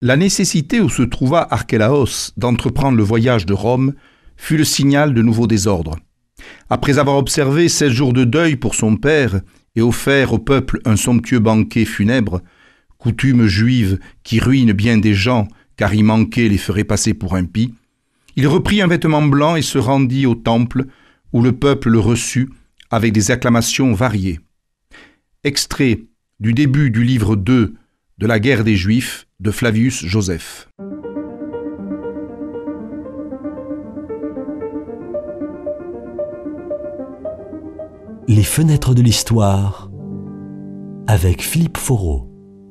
La nécessité où se trouva Archélaos d'entreprendre le voyage de Rome fut le signal de nouveaux désordres. Après avoir observé 16 jours de deuil pour son père et offert au peuple un somptueux banquet funèbre, coutume juive qui ruine bien des gens car y manquer les ferait passer pour impies, il reprit un vêtement blanc et se rendit au temple où le peuple le reçut avec des acclamations variées. Extrait du début du livre 2 de la guerre des Juifs de Flavius Joseph. Les fenêtres de l'histoire avec Philippe Foreau.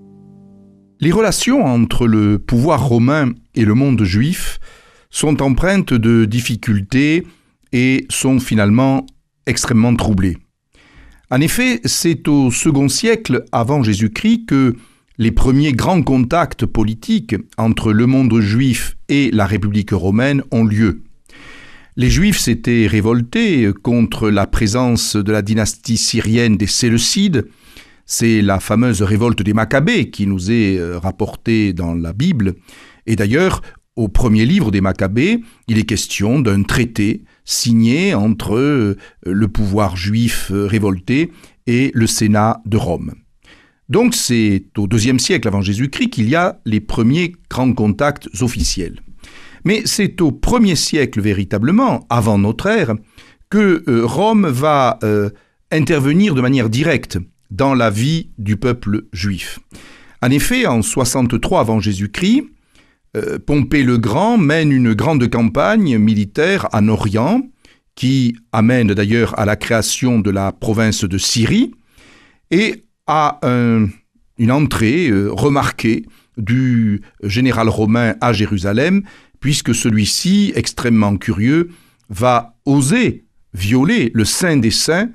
Les relations entre le pouvoir romain et le monde juif sont empreintes de difficultés et sont finalement extrêmement troublées. En effet, c'est au second siècle avant Jésus-Christ que les premiers grands contacts politiques entre le monde juif et la République romaine ont lieu. Les Juifs s'étaient révoltés contre la présence de la dynastie syrienne des Séleucides. C'est la fameuse révolte des Maccabées qui nous est rapportée dans la Bible. Et d'ailleurs, au premier livre des Maccabées, il est question d'un traité signé entre le pouvoir juif révolté et le Sénat de Rome. Donc c'est au IIe siècle avant Jésus-Christ qu'il y a les premiers grands contacts officiels. Mais c'est au 1er siècle véritablement, avant notre ère, que Rome va intervenir de manière directe dans la vie du peuple juif. En effet, en 63 avant Jésus-Christ, Pompée le Grand mène une grande campagne militaire en Orient, qui amène d'ailleurs à la création de la province de Syrie, et à une entrée remarquée du général romain à Jérusalem, puisque celui-ci, extrêmement curieux, va oser violer le Saint des Saints.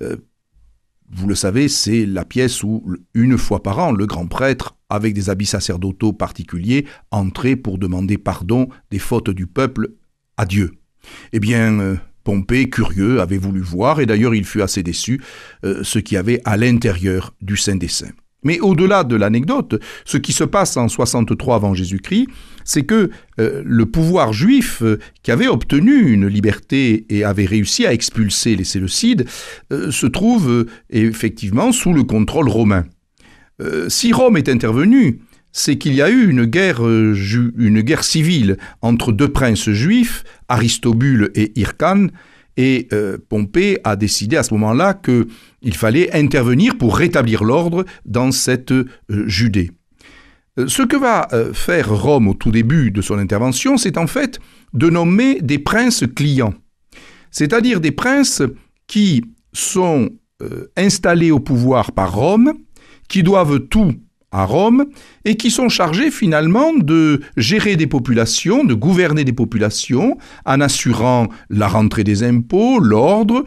Vous le savez, c'est la pièce où, une fois par an, le grand prêtre, avec des habits sacerdotaux particuliers, entrait pour demander pardon des fautes du peuple à Dieu. Eh bien, Pompée, curieux, avait voulu voir, et d'ailleurs il fut assez déçu, ce qu'il y avait à l'intérieur du Saint des Saints. Mais au-delà de l'anecdote, ce qui se passe en 63 avant Jésus-Christ, c'est que le pouvoir juif, qui avait obtenu une liberté et avait réussi à expulser les Séleucides, se trouve effectivement sous le contrôle romain. Si Rome est intervenue, c'est qu'il y a eu une guerre civile entre deux princes juifs, Aristobule et Hyrcane, et Pompée a décidé à ce moment-là qu'il fallait intervenir pour rétablir l'ordre dans cette Judée. Ce que va faire Rome au tout début de son intervention, c'est en fait de nommer des princes clients, c'est-à-dire des princes qui sont installés au pouvoir par Rome, qui doivent tout à Rome et qui sont chargés finalement de gérer des populations, de gouverner des populations en assurant la rentrée des impôts, l'ordre,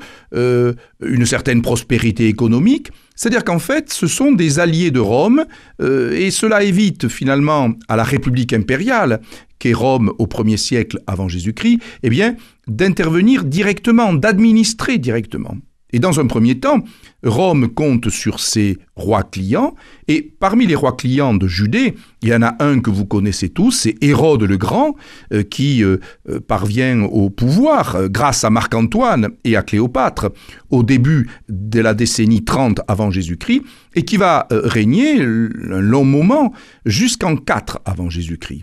une certaine prospérité économique. C'est-à-dire qu'en fait, ce sont des alliés de Rome et cela évite finalement à la République impériale, qu'est Rome au 1er siècle avant Jésus-Christ, eh bien, d'intervenir directement, d'administrer directement. Et dans un premier temps, Rome compte sur ses rois clients, et parmi les rois clients de Judée, il y en a un que vous connaissez tous, c'est Hérode le Grand, qui parvient au pouvoir grâce à Marc-Antoine et à Cléopâtre au début de la décennie 30 avant Jésus-Christ, et qui va régner un long moment jusqu'en 4 avant Jésus-Christ.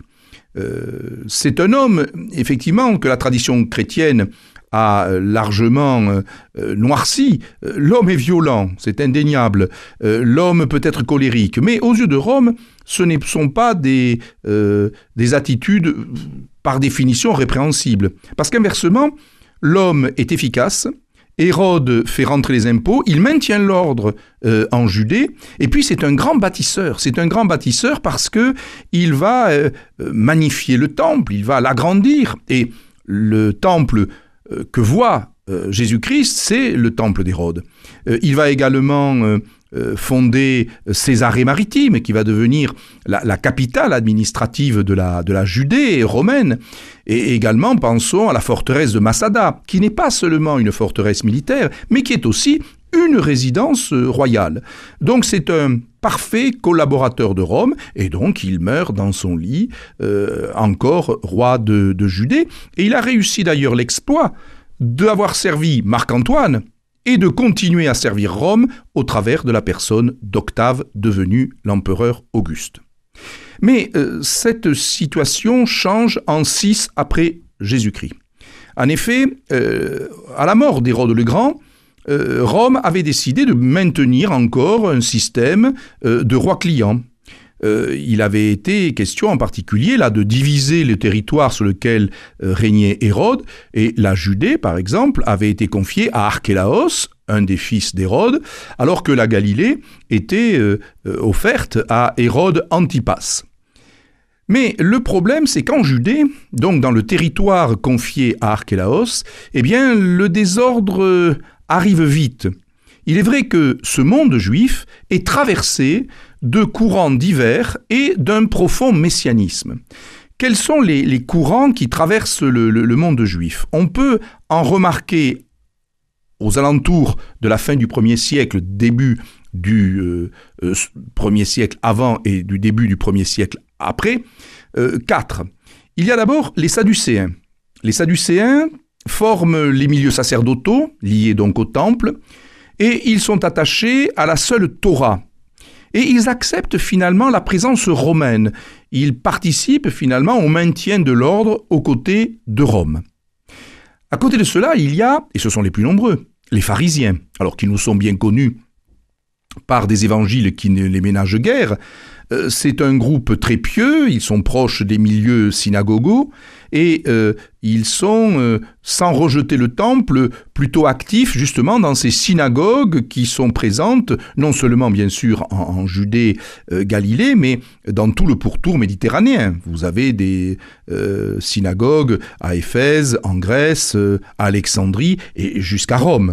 C'est un homme, effectivement, que la tradition chrétienne a largement noirci. L'homme est violent, c'est indéniable. L'homme peut être colérique. Mais aux yeux de Rome, ce ne sont pas des attitudes par définition répréhensibles. Parce qu'inversement, l'homme est efficace. Hérode fait rentrer les impôts, il maintient l'ordre en Judée, et puis c'est un grand bâtisseur. C'est un grand bâtisseur parce qu'il va magnifier le temple, il va l'agrandir. Et le temple que voit Jésus-Christ, c'est le temple d'Hérode. Il va également fonder Césarée maritime, qui va devenir la capitale administrative de la Judée romaine. Et également, pensons à la forteresse de Massada, qui n'est pas seulement une forteresse militaire, mais qui est aussi une résidence royale. Donc c'est un parfait collaborateur de Rome, et donc il meurt dans son lit, encore roi de Judée. Et il a réussi d'ailleurs l'exploit d'avoir servi Marc-Antoine et de continuer à servir Rome au travers de la personne d'Octave, devenu l'empereur Auguste. Mais cette situation change en 6 après Jésus-Christ. En effet, à la mort d'Hérode le Grand, Rome avait décidé de maintenir encore un système de rois clients. Il avait été question en particulier là de diviser le territoire sur lequel régnait Hérode, et la Judée, par exemple, avait été confiée à Archélaos, un des fils d'Hérode, alors que la Galilée était offerte à Hérode Antipas. Mais le problème, c'est qu'en Judée, donc dans le territoire confié à Archélaos, eh bien, le désordre arrive vite. Il est vrai que ce monde juif est traversé de courants divers et d'un profond messianisme. Quels sont les courants qui traversent le monde juif ? On peut en remarquer aux alentours de la fin du 1er siècle, début du 1er siècle avant et du début du 1er siècle après, 4. Il y a d'abord les Sadducéens. Les Sadducéens forment les milieux sacerdotaux, liés donc au temple, et ils sont attachés à la seule Torah. Et ils acceptent finalement la présence romaine. Ils participent finalement au maintien de l'ordre aux côtés de Rome. À côté de cela, il y a, et ce sont les plus nombreux, les pharisiens, alors qu'ils nous sont bien connus par des évangiles qui ne les ménagent guère. C'est un groupe très pieux, ils sont proches des milieux synagogaux, et ils sont, sans rejeter le temple, plutôt actifs justement dans ces synagogues qui sont présentes, non seulement bien sûr en Judée, Galilée, mais dans tout le pourtour méditerranéen. Vous avez des synagogues à Éphèse, en Grèce, à Alexandrie et jusqu'à Rome.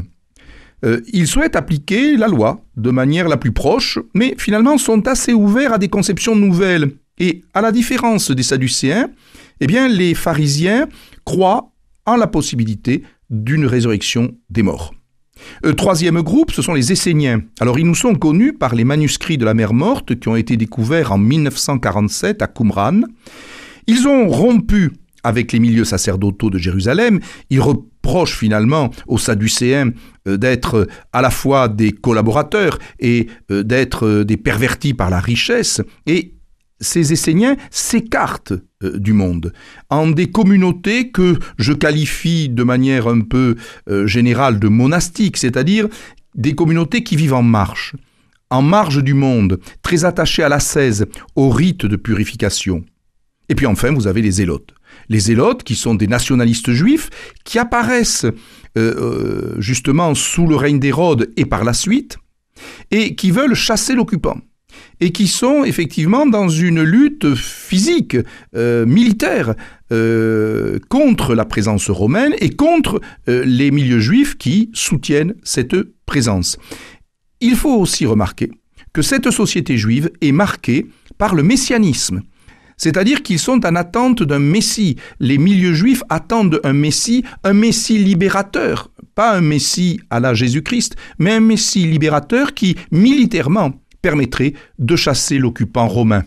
Ils souhaitent appliquer la loi de manière la plus proche, mais finalement sont assez ouverts à des conceptions nouvelles. Et à la différence des Sadducéens, eh bien, les pharisiens croient en la possibilité d'une résurrection des morts. Troisième groupe, ce sont les Esséniens. Alors, ils nous sont connus par les manuscrits de la mer Morte qui ont été découverts en 1947 à Qumran. Ils ont rompu avec les milieux sacerdotaux de Jérusalem. Ils reprochent finalement aux Sadducéens d'être à la fois des collaborateurs et d'être des pervertis par la richesse. Et ces Esséniens s'écartent du monde en des communautés que je qualifie de manière un peu générale de monastiques, c'est-à-dire des communautés qui vivent en marge du monde, très attachées à l'ascèse, au rite de purification. Et puis enfin, vous avez les Zélotes. Les Zélotes, qui sont des nationalistes juifs, qui apparaissent justement sous le règne d'Hérode et par la suite, et qui veulent chasser l'occupant, et qui sont effectivement dans une lutte physique, militaire, contre la présence romaine et contre les milieux juifs qui soutiennent cette présence. Il faut aussi remarquer que cette société juive est marquée par le messianisme. C'est-à-dire qu'ils sont en attente d'un Messie. Les milieux juifs attendent un Messie libérateur, pas un Messie à la Jésus-Christ, mais un Messie libérateur qui, militairement, permettrait de chasser l'occupant romain.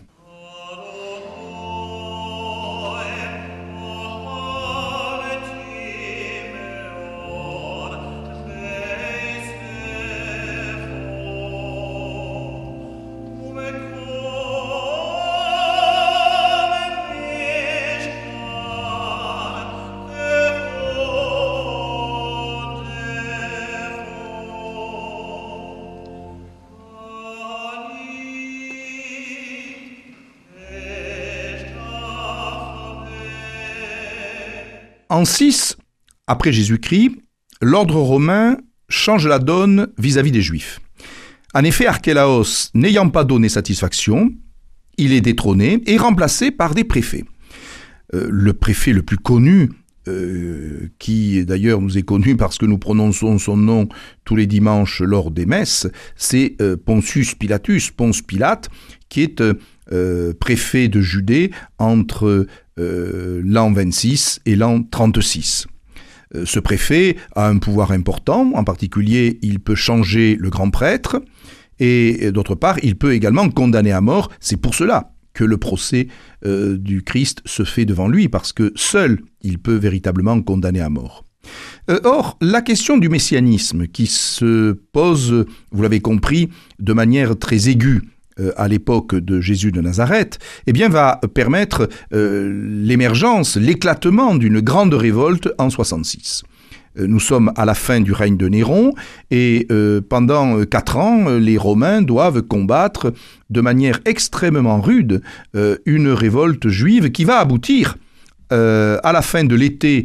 En 6, après Jésus-Christ, l'ordre romain change la donne vis-à-vis des Juifs. En effet, Archélaos, n'ayant pas donné satisfaction, il est détrôné et remplacé par des préfets. Le préfet le plus connu, qui d'ailleurs nous est connu parce que nous prononçons son nom tous les dimanches lors des messes, c'est Pontius Pilatus, Ponce Pilate, qui est préfet de Judée entre l'an 26 et l'an 36. Ce préfet a un pouvoir important, en particulier il peut changer le grand prêtre, et d'autre part il peut également condamner à mort. C'est pour cela que le procès du Christ se fait devant lui, parce que seul il peut véritablement condamner à mort. Or, la question du messianisme qui se pose, vous l'avez compris, de manière très aiguë à l'époque de Jésus de Nazareth, eh bien, va permettre l'émergence, l'éclatement d'une grande révolte en 66. Nous sommes à la fin du règne de Néron et pendant 4 ans, les Romains doivent combattre de manière extrêmement rude une révolte juive qui va aboutir à la fin de l'été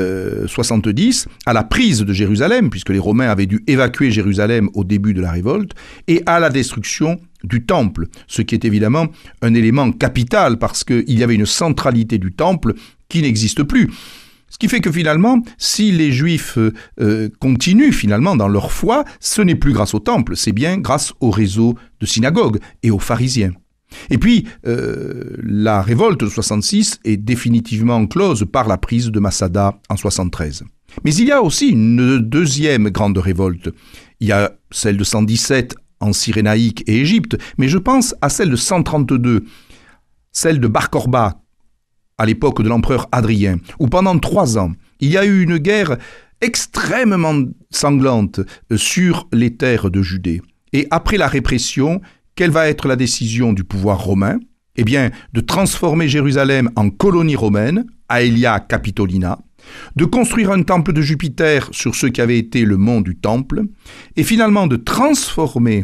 70, à la prise de Jérusalem, puisque les Romains avaient dû évacuer Jérusalem au début de la révolte, et à la destruction du temple, ce qui est évidemment un élément capital, parce qu'il y avait une centralité du temple qui n'existe plus. Ce qui fait que finalement, si les Juifs continuent finalement dans leur foi, ce n'est plus grâce au temple, c'est bien grâce au réseau de synagogues et aux pharisiens. Et puis, la révolte de 66 est définitivement close par la prise de Massada en 73. Mais il y a aussi une deuxième grande révolte. Il y a celle de 117 en Cyrénaïque et Égypte, mais je pense à celle de 132, celle de Bar Korba, à l'époque de l'empereur Hadrien, où pendant 3 ans, il y a eu une guerre extrêmement sanglante sur les terres de Judée. Et après la répression, quelle va être la décision du pouvoir romain ? Eh bien, de transformer Jérusalem en colonie romaine, Aelia Capitolina, de construire un temple de Jupiter sur ce qui avait été le mont du Temple, et finalement de transformer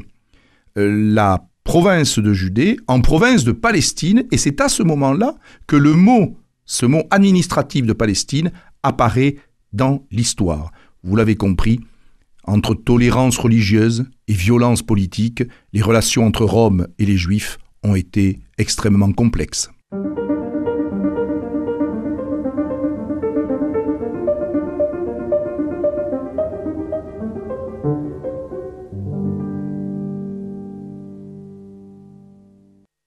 la province de Judée en province de Palestine, et c'est à ce moment-là que ce mot administratif de Palestine apparaît dans l'histoire. Vous l'avez compris, entre tolérance religieuse et violence politique, les relations entre Rome et les Juifs ont été extrêmement complexes.